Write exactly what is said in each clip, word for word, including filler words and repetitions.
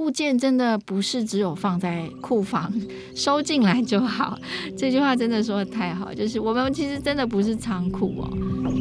物件真的不是只有放在库房收进来就好，这句话真的说得太好，就是我们其实真的不是仓库哦。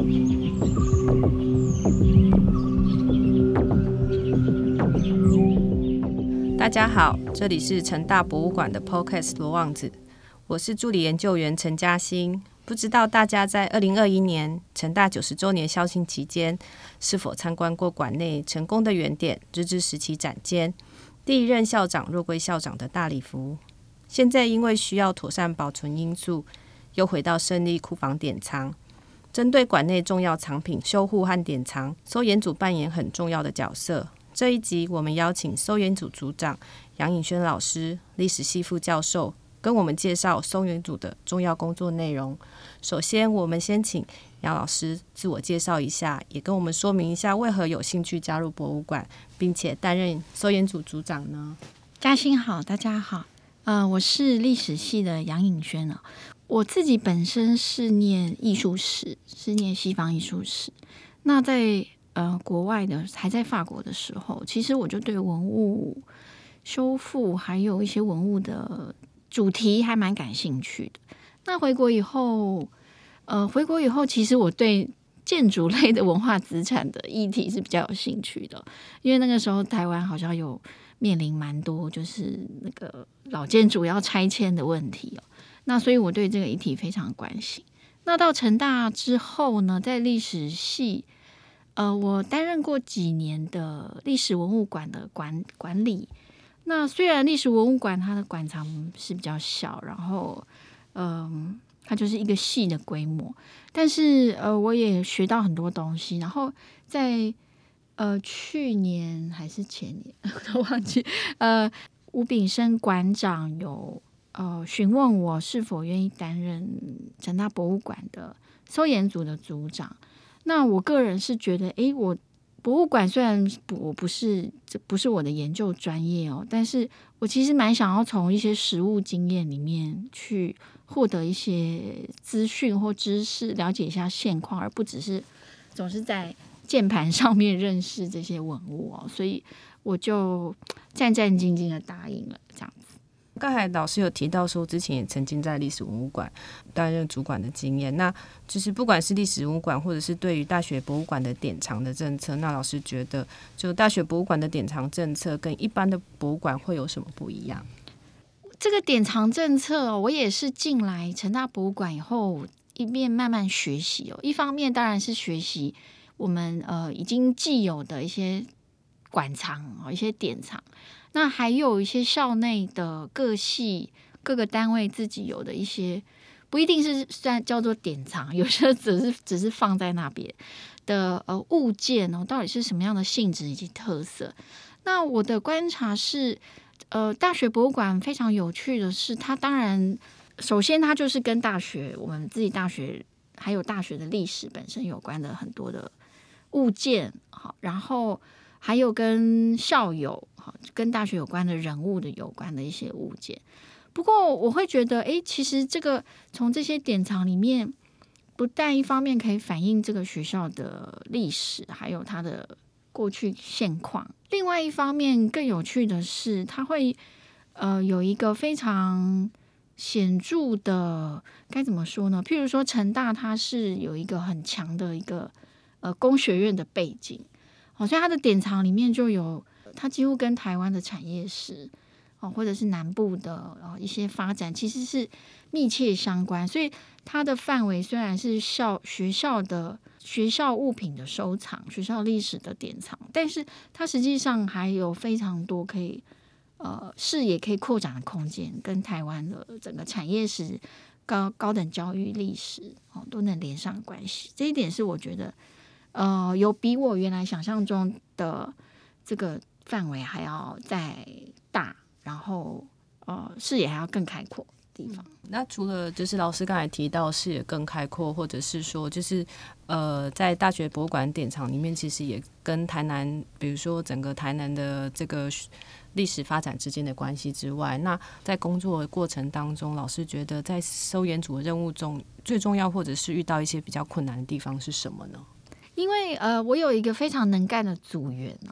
大家好，这里是成大博物馆的 Podcast 罗望子，我是助理研究员陈嘉欣。不知道大家在二零二一年成大九十周年校庆期间，是否参观过馆内成功的原点日治时期展间第一任校长若龟校长的大礼服？现在因为需要妥善保存因素，又回到胜利库房典藏。针对馆内重要藏品修护和典藏，搜研组扮演很重要的角色。这一集我们邀请搜研组组长杨颖轩老师、历史系副教授跟我们介绍搜研组的重要工作内容。首先我们先请杨老师自我介绍一下，也跟我们说明一下为何有兴趣加入博物馆并且担任搜研组组长呢？ 嘉欣好，大家好，呃，我是历史系的杨颖轩、哦、我自己本身是念艺术史，是念西方艺术史。那在呃国外的还在法国的时候，其实我就对文物修复还有一些文物的主题还蛮感兴趣的。那回国以后，呃，回国以后，其实我对建筑类的文化资产的议题是比较有兴趣的，因为那个时候台湾好像有面临蛮多就是那个老建筑要拆迁的问题哦。那所以我对这个议题非常关心。那到成大之后呢，在历史系，呃，我担任过几年的历史文物馆的管管理。那虽然历史文物馆它的馆藏是比较小，然后嗯，它就是一个系的规模，但是呃，我也学到很多东西。然后在呃去年还是前年，我都忘记，呃，吴炳生馆长有呃询问我是否愿意担任成大博物馆的搜研组的组长。那我个人是觉得，诶，我博物馆虽然我不是这不是我的研究专业哦，但是我其实蛮想要从一些实务经验里面去获得一些资讯或知识，了解一下现况，而不只是总是在键盘上面认识这些文物哦。所以我就战战兢兢的答应了这样子。 刚才老师有提到说，之前也曾经在历史文物馆担任主管的经验，那就是不管是历史文物馆，或者是对于大学博物馆的典藏的政策，那老师觉得，就大学博物馆的典藏政策跟一般的博物馆会有什么不一样？ 这个典藏政策，我也是进来成大博物馆以后，一面慢慢学习哦。一方面当然是学习我们呃已经既有的一些馆藏哦，一些典藏。那还有一些校内的各系各个单位自己有的一些，不一定是算叫做典藏，有些只是只是放在那边的呃物件哦，到底是什么样的性质以及特色。那我的观察是，呃，大学博物馆非常有趣的是，它当然首先它就是跟大学我们自己大学还有大学的历史本身有关的很多的物件，好，然后还有跟校友、跟大学有关的人物的有关的一些物件。不过我会觉得，哎，其实这个从这些典藏里面，不但一方面可以反映这个学校的历史，还有它的过去现况，另外一方面更有趣的是，它会呃有一个非常显著的，该怎么说呢？譬如说成大它是有一个很强的一个呃工学院的背景。好像它的典藏里面就有，它几乎跟台湾的产业史哦，或者是南部的哦一些发展其实是密切相关，所以它的范围虽然是校学校的学校物品的收藏、学校历史的典藏，但是它实际上还有非常多可以呃视野可以扩展的空间，跟台湾的整个产业史、高高等教育历史哦都能连上关系。这一点是我觉得。呃，有比我原来想象中的这个范围还要再大，然后呃视野还要更开阔的地方。 那除了就是老师刚才提到视野更开阔，或者是说就是呃在大学博物馆典藏里面，其实也跟台南，比如说整个台南的这个历史发展之间的关系之外，那在工作的过程当中，老师觉得在搜研组的任务中最重要，或者是遇到一些比较困难的地方是什么呢？ 因为呃，我有一个非常能干的组员、哦、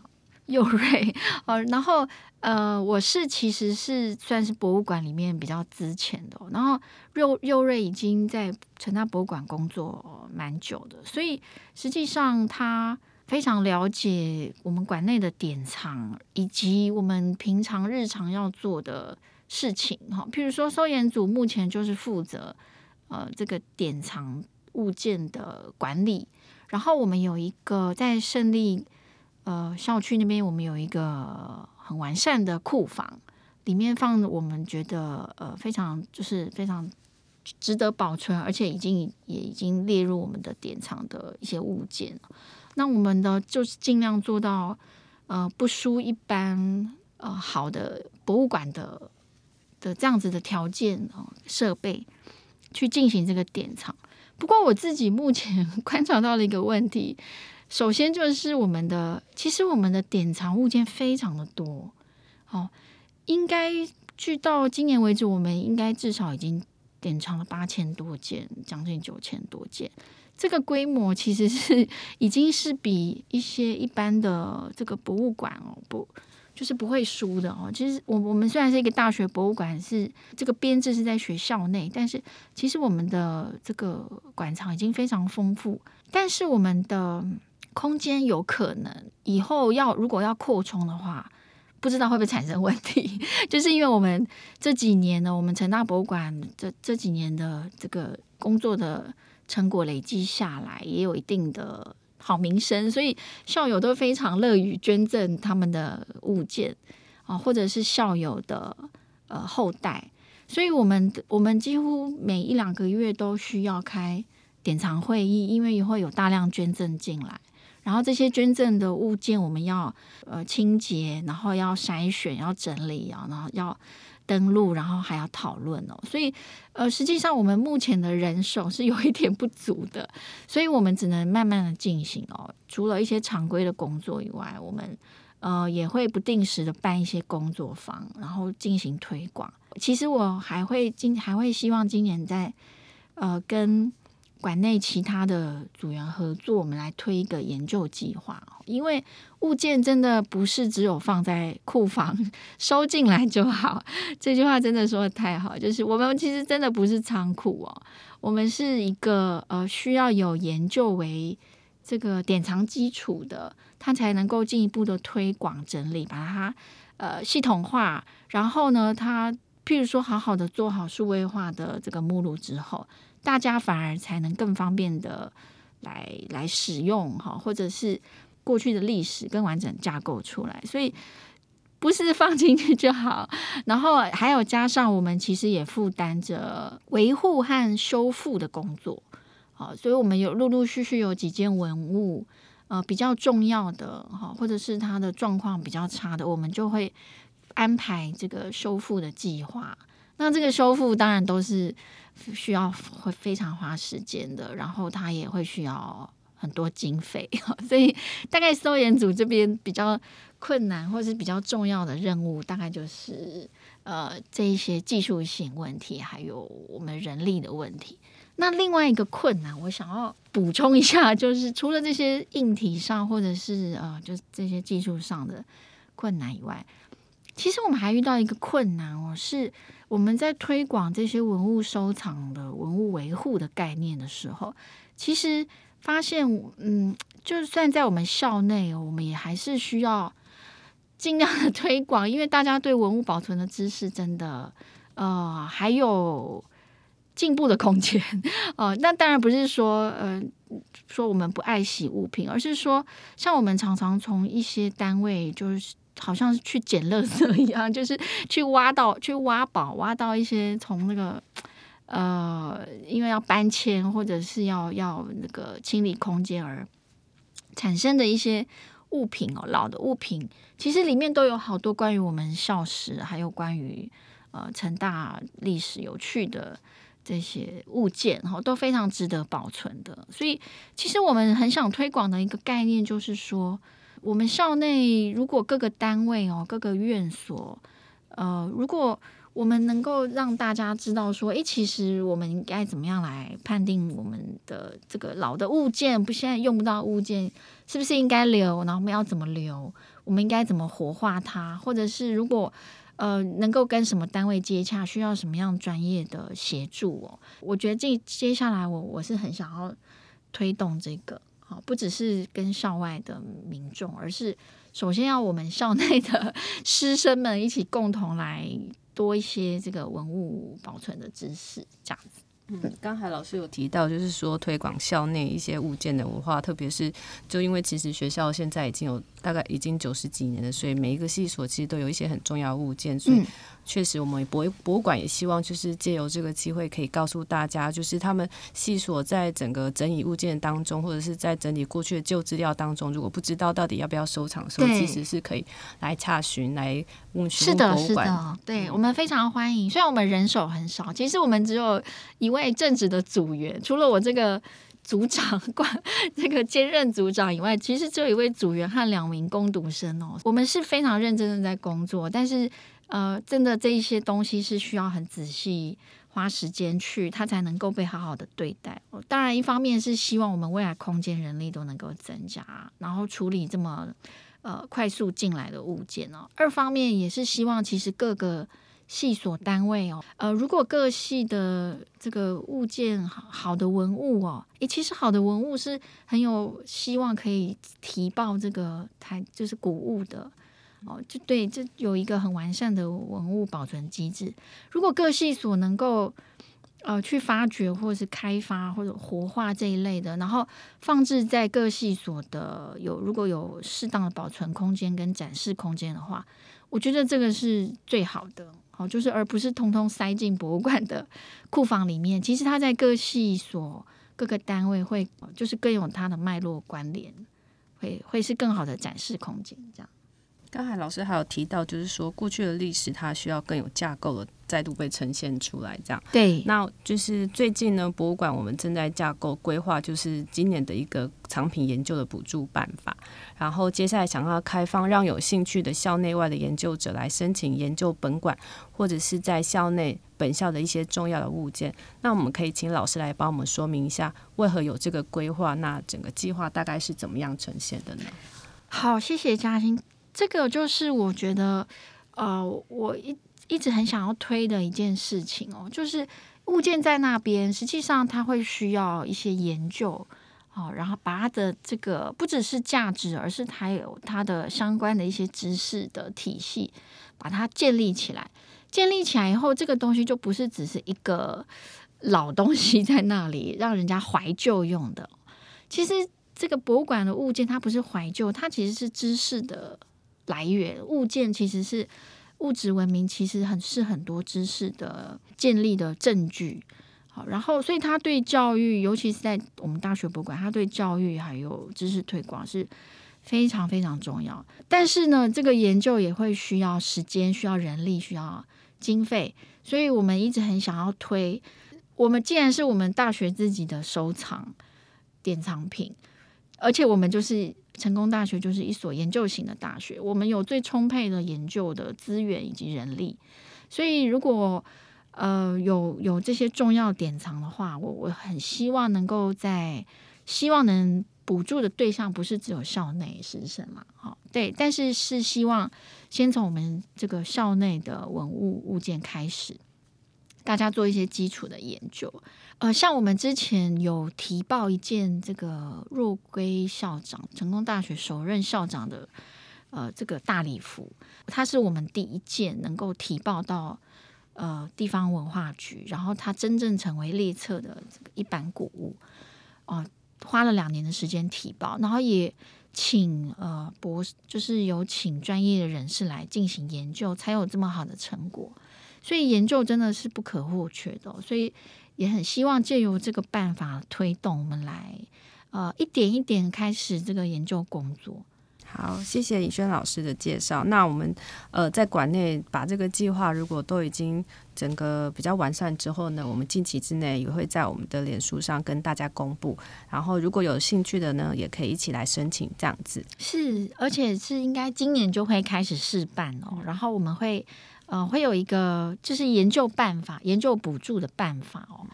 佑瑞，呃，然后呃，我是其实是算是博物馆里面比较资浅的、哦，然后佑佑瑞已经在成大博物馆工作蛮久的，所以实际上他非常了解我们馆内的典藏以及我们平常日常要做的事情哈，譬如说收研组目前就是负责呃这个典藏物件的管理，然后我们有一个在胜利呃校区那边，我们有一个很完善的库房，里面放我们觉得呃非常就是非常值得保存，而且已经也已经列入我们的典藏的一些物件。那我们呢，就是尽量做到呃不输一般呃好的博物馆的的这样子的条件哦设备去进行这个典藏。不过我自己目前观察到了一个问题，首先就是我们的其实我们的典藏物件非常的多，哦，应该据到今年为止，我们应该至少已经典藏了八千多件，将近九千多件。这个规模其实是已经是比一些一般的这个博物馆哦不就是不会输的哦。其实我我们虽然是一个大学博物馆，是这个编制是在学校内，但是其实我们的这个馆藏已经非常丰富，但是我们的空间有可能以后要如果要扩充的话，不知道会不会产生问题。就是因为我们这几年呢，我们成大博物馆这这几年的这个工作的成果累积下来，也有一定的好名声，所以校友都非常乐于捐赠他们的物件啊，或者是校友的呃后代，所以我们我们几乎每一两个月都需要开典藏会议，因为会有大量捐赠进来，然后这些捐赠的物件我们要呃清洁，然后要筛选，要整理啊，然后要登录，然后还要讨论哦，所以呃，实际上我们目前的人手是有一点不足的，所以我们只能慢慢的进行哦。除了一些常规的工作以外，我们呃也会不定时的办一些工作坊，然后进行推广。其实我还会今还会希望今年在呃跟馆内其他的组员合作，我们来推一个研究计划，因为物件真的不是只有放在库房收进来就好。这句话真的说得太好，就是我们其实真的不是仓库哦，我们是一个呃需要有研究为这个典藏基础的，它才能够进一步的推广整理，把它呃系统化，然后呢，它譬如说好好的做好数位化的这个目录之后，大家反而才能更方便的来来使用哈，或者是过去的历史更完整架构出来，所以不是放进去就好，然后还有加上我们其实也负担着维护和修复的工作，好，所以我们有陆陆续续有几件文物，呃，比较重要的哈，或者是它的状况比较差的，我们就会安排这个修复的计划。那这个修复当然都是需要会非常花时间的，然后它也会需要很多经费，所以大概搜研组这边比较困难或是比较重要的任务，大概就是呃这一些技术性问题，还有我们人力的问题。那另外一个困难，我想要补充一下，就是除了这些硬体上或者是呃就是这些技术上的困难以外，其实我们还遇到一个困难哦，是我们在推广这些文物收藏的文物维护的概念的时候，其实发现，嗯，就算在我们校内，我们也还是需要尽量的推广，因为大家对文物保存的知识真的，呃，还有进步的空间哦。那当然不是说，呃，说我们不爱惜物品，而是说，像我们常常从一些单位就是好像是去捡垃圾一样，就是去挖到、去挖宝、挖到一些从那个呃，因为要搬迁或者是要要那个清理空间而产生的一些物品哦，老的物品，其实里面都有好多关于我们校史，还有关于呃成大历史有趣的这些物件哈，都非常值得保存的。所以，其实我们很想推广的一个概念就是说，我们校内如果各个单位哦，各个院所，呃，如果我们能够让大家知道说，诶，其实我们应该怎么样来判定我们的这个老的物件，不现在用不到物件，是不是应该留？然后我们要怎么留？ 我们应该怎么活化它，或者是如果呃能够跟什么单位接洽，需要什么样专业的协助哦。我觉得这接下来我我是很想要推动这个，好，不只是跟校外的民众，而是首先要我们校内的师生们一起共同来多一些这个文物保存的知识，这样子。 嗯，刚才老师有提到，就是说推广校内一些物件的文化，特别是就因为其实学校现在已经有大概已经九十几年了，所以每一个系所其实都有一些很重要的物件，所以确实我们博博物馆也希望就是借由这个机会可以告诉大家，就是他们系所在整个整理物件当中，或者是在整理过去的旧资料当中，如果不知道到底要不要收藏的时候，其实是可以来洽询来问询问博物馆。 是的，是的，对，我们非常欢迎。虽然我们人手很少，其实我们只有一位正职的组员，除了我这个组长管这个兼任组长以外，其实只有一位组员和两名工读生哦。我们是非常认真的在工作，但是呃，真的这一些东西是需要很仔细花时间去，它才能够被好好的对待。当然，一方面是希望我们未来空间人力都能够增加，然后处理这么呃快速进来的物件哦。二方面也是希望，其实各个系所单位哦，呃，如果各系的这个物件好好的文物哦，诶，其实好的文物是很有希望可以提报这个台就是古物的哦，就对，这有一个很完善的文物保存机制。如果各系所能够呃去发掘或是开发或者活化这一类的，然后放置在各系所的有如果有适当的保存空间跟展示空间的话，我觉得这个是最好的。好，就是而不是通通塞进博物馆的库房里面。其实它在各系所各个单位会就是更有它的脉络关联，会会是更好的展示空间。这样， 刚才老师还有提到，就是说过去的历史它需要更有架构的再度被呈现出来，这样。 对， 那就是最近呢，博物馆我们正在架构规划，就是今年的一个藏品研究的补助办法。然后接下来想要开放，让有兴趣的校内外的研究者来申请研究本馆，或者是在校内本校的一些重要的物件。那我们可以请老师来帮我们说明一下，为何有这个规划？那整个计划大概是怎么样呈现的呢？ 好，谢谢嘉欣。这个就是我觉得，呃，我一一直很想要推的一件事情哦，就是物件在那边，实际上它会需要一些研究。哦，然后把它的这个不只是价值，而是还有它的相关的一些知识的体系，把它建立起来。建立起来以后，这个东西就不是只是一个老东西在那里让人家怀旧用的。其实这个博物馆的物件，它不是怀旧，它其实是知识的来源。物件其实是物质文明，其实很是很多知识的建立的证据。然后，所以他对教育，尤其是在我们大学博物馆，他对教育还有知识推广是非常非常重要。但是呢，这个研究也会需要时间、需要人力、需要经费，所以我们一直很想要推。我们既然是我们大学自己的收藏典藏品，而且我们就是成功大学，就是一所研究型的大学，我们有最充沛的研究的资源以及人力，所以如果呃，有有这些重要典藏的话，我我很希望能够在希望能补助的对象不是只有校内师生嘛，好，对，但是是希望先从我们这个校内的文物物件开始，大家做一些基础的研究。呃，像我们之前有提报一件这个若龟校长，成功大学首任校长的呃这个大礼服，它是我们第一件能够提报到。呃，地方文化局，然后它真正成为列册的这个一版古物，哦、呃，花了两年的时间提报，然后也请呃博，就是有请专业的人士来进行研究，才有这么好的成果。所以研究真的是不可或缺的、哦，所以也很希望借由这个办法推动我们来呃一点一点开始这个研究工作。 好，谢谢以轩老师的介绍。那我们呃在馆内把这个计划如果都已经整个比较完善之后呢，我们近期之内也会在我们的脸书上跟大家公布。然后如果有兴趣的呢，也可以一起来申请这样子。 是，而且是应该今年就会开始试办哦。然后我们会呃会有一个就是研究办法、研究补助的办法哦。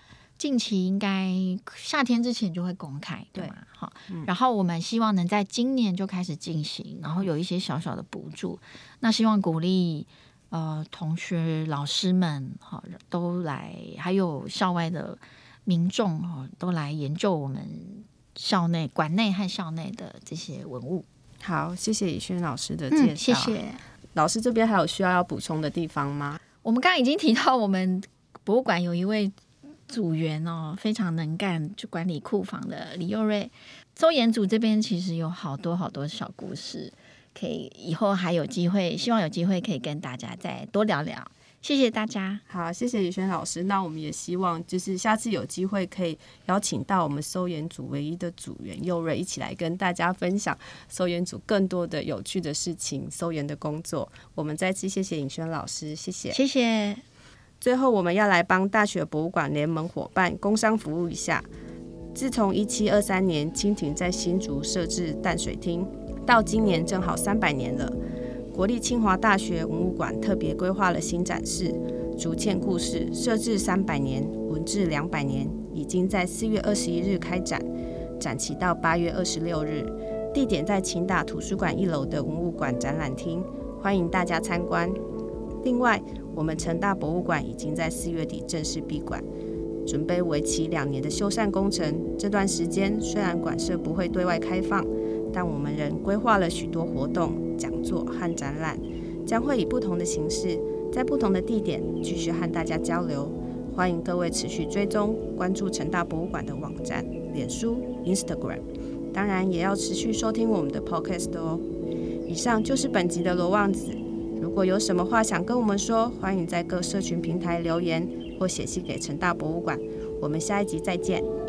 近期应该夏天之前就会公开，对吗？好、 嗯， 然后我们希望能在今年就开始进行，然后有一些小小的补助，那希望鼓励呃同学、老师们哈、都来，还有校外的民众哈、都来研究我们校内、馆内和校内的这些文物。 好，谢谢以轩老师的介绍、 嗯，谢谢老师。这边还有需要要补充的地方吗？ 我们刚刚已经提到，我们博物馆有一位组员哦，非常能干，就管理库房的李佑瑞。周研组这边其实有好多好多小故事，可以以后还有机会，希望有机会可以跟大家再多聊聊。谢谢大家。 好，谢谢以轩老师。那我们也希望就是下次有机会可以邀请到我们搜研组唯一的组员佑瑞一起来跟大家分享搜研组更多的有趣的事情，搜研的工作。我们再次谢谢以轩老师，谢谢， 谢谢。 最后我们要来帮大学博物馆联盟伙伴工商服务一下。自从一七二三年清廷在新竹设置淡水厅，到今年正好三百年了。国立清华大学文物馆特别规划了新展示竹堑故事，设置三百年，文治两百年，已经在四月二十一日开展，展期到八月二十六日，地点在清大图书馆一楼的文物馆展览厅，欢迎大家参观。另外，我们成大博物馆已经在四月底正式闭馆，准备为期两年的修缮工程。这段时间虽然馆舍不会对外开放，但我们仍规划了许多活动、讲座和展览，将会以不同的形式，在不同的地点继续和大家交流。欢迎各位持续追踪、关注成大博物馆的网站、脸书、Instagram， 当然也要持续收听我们的 Podcast 哦。以上就是本集的罗望子。如果有什么话想跟我们说，欢迎在各社群平台留言或写信给成大博物馆。我们下一集再见。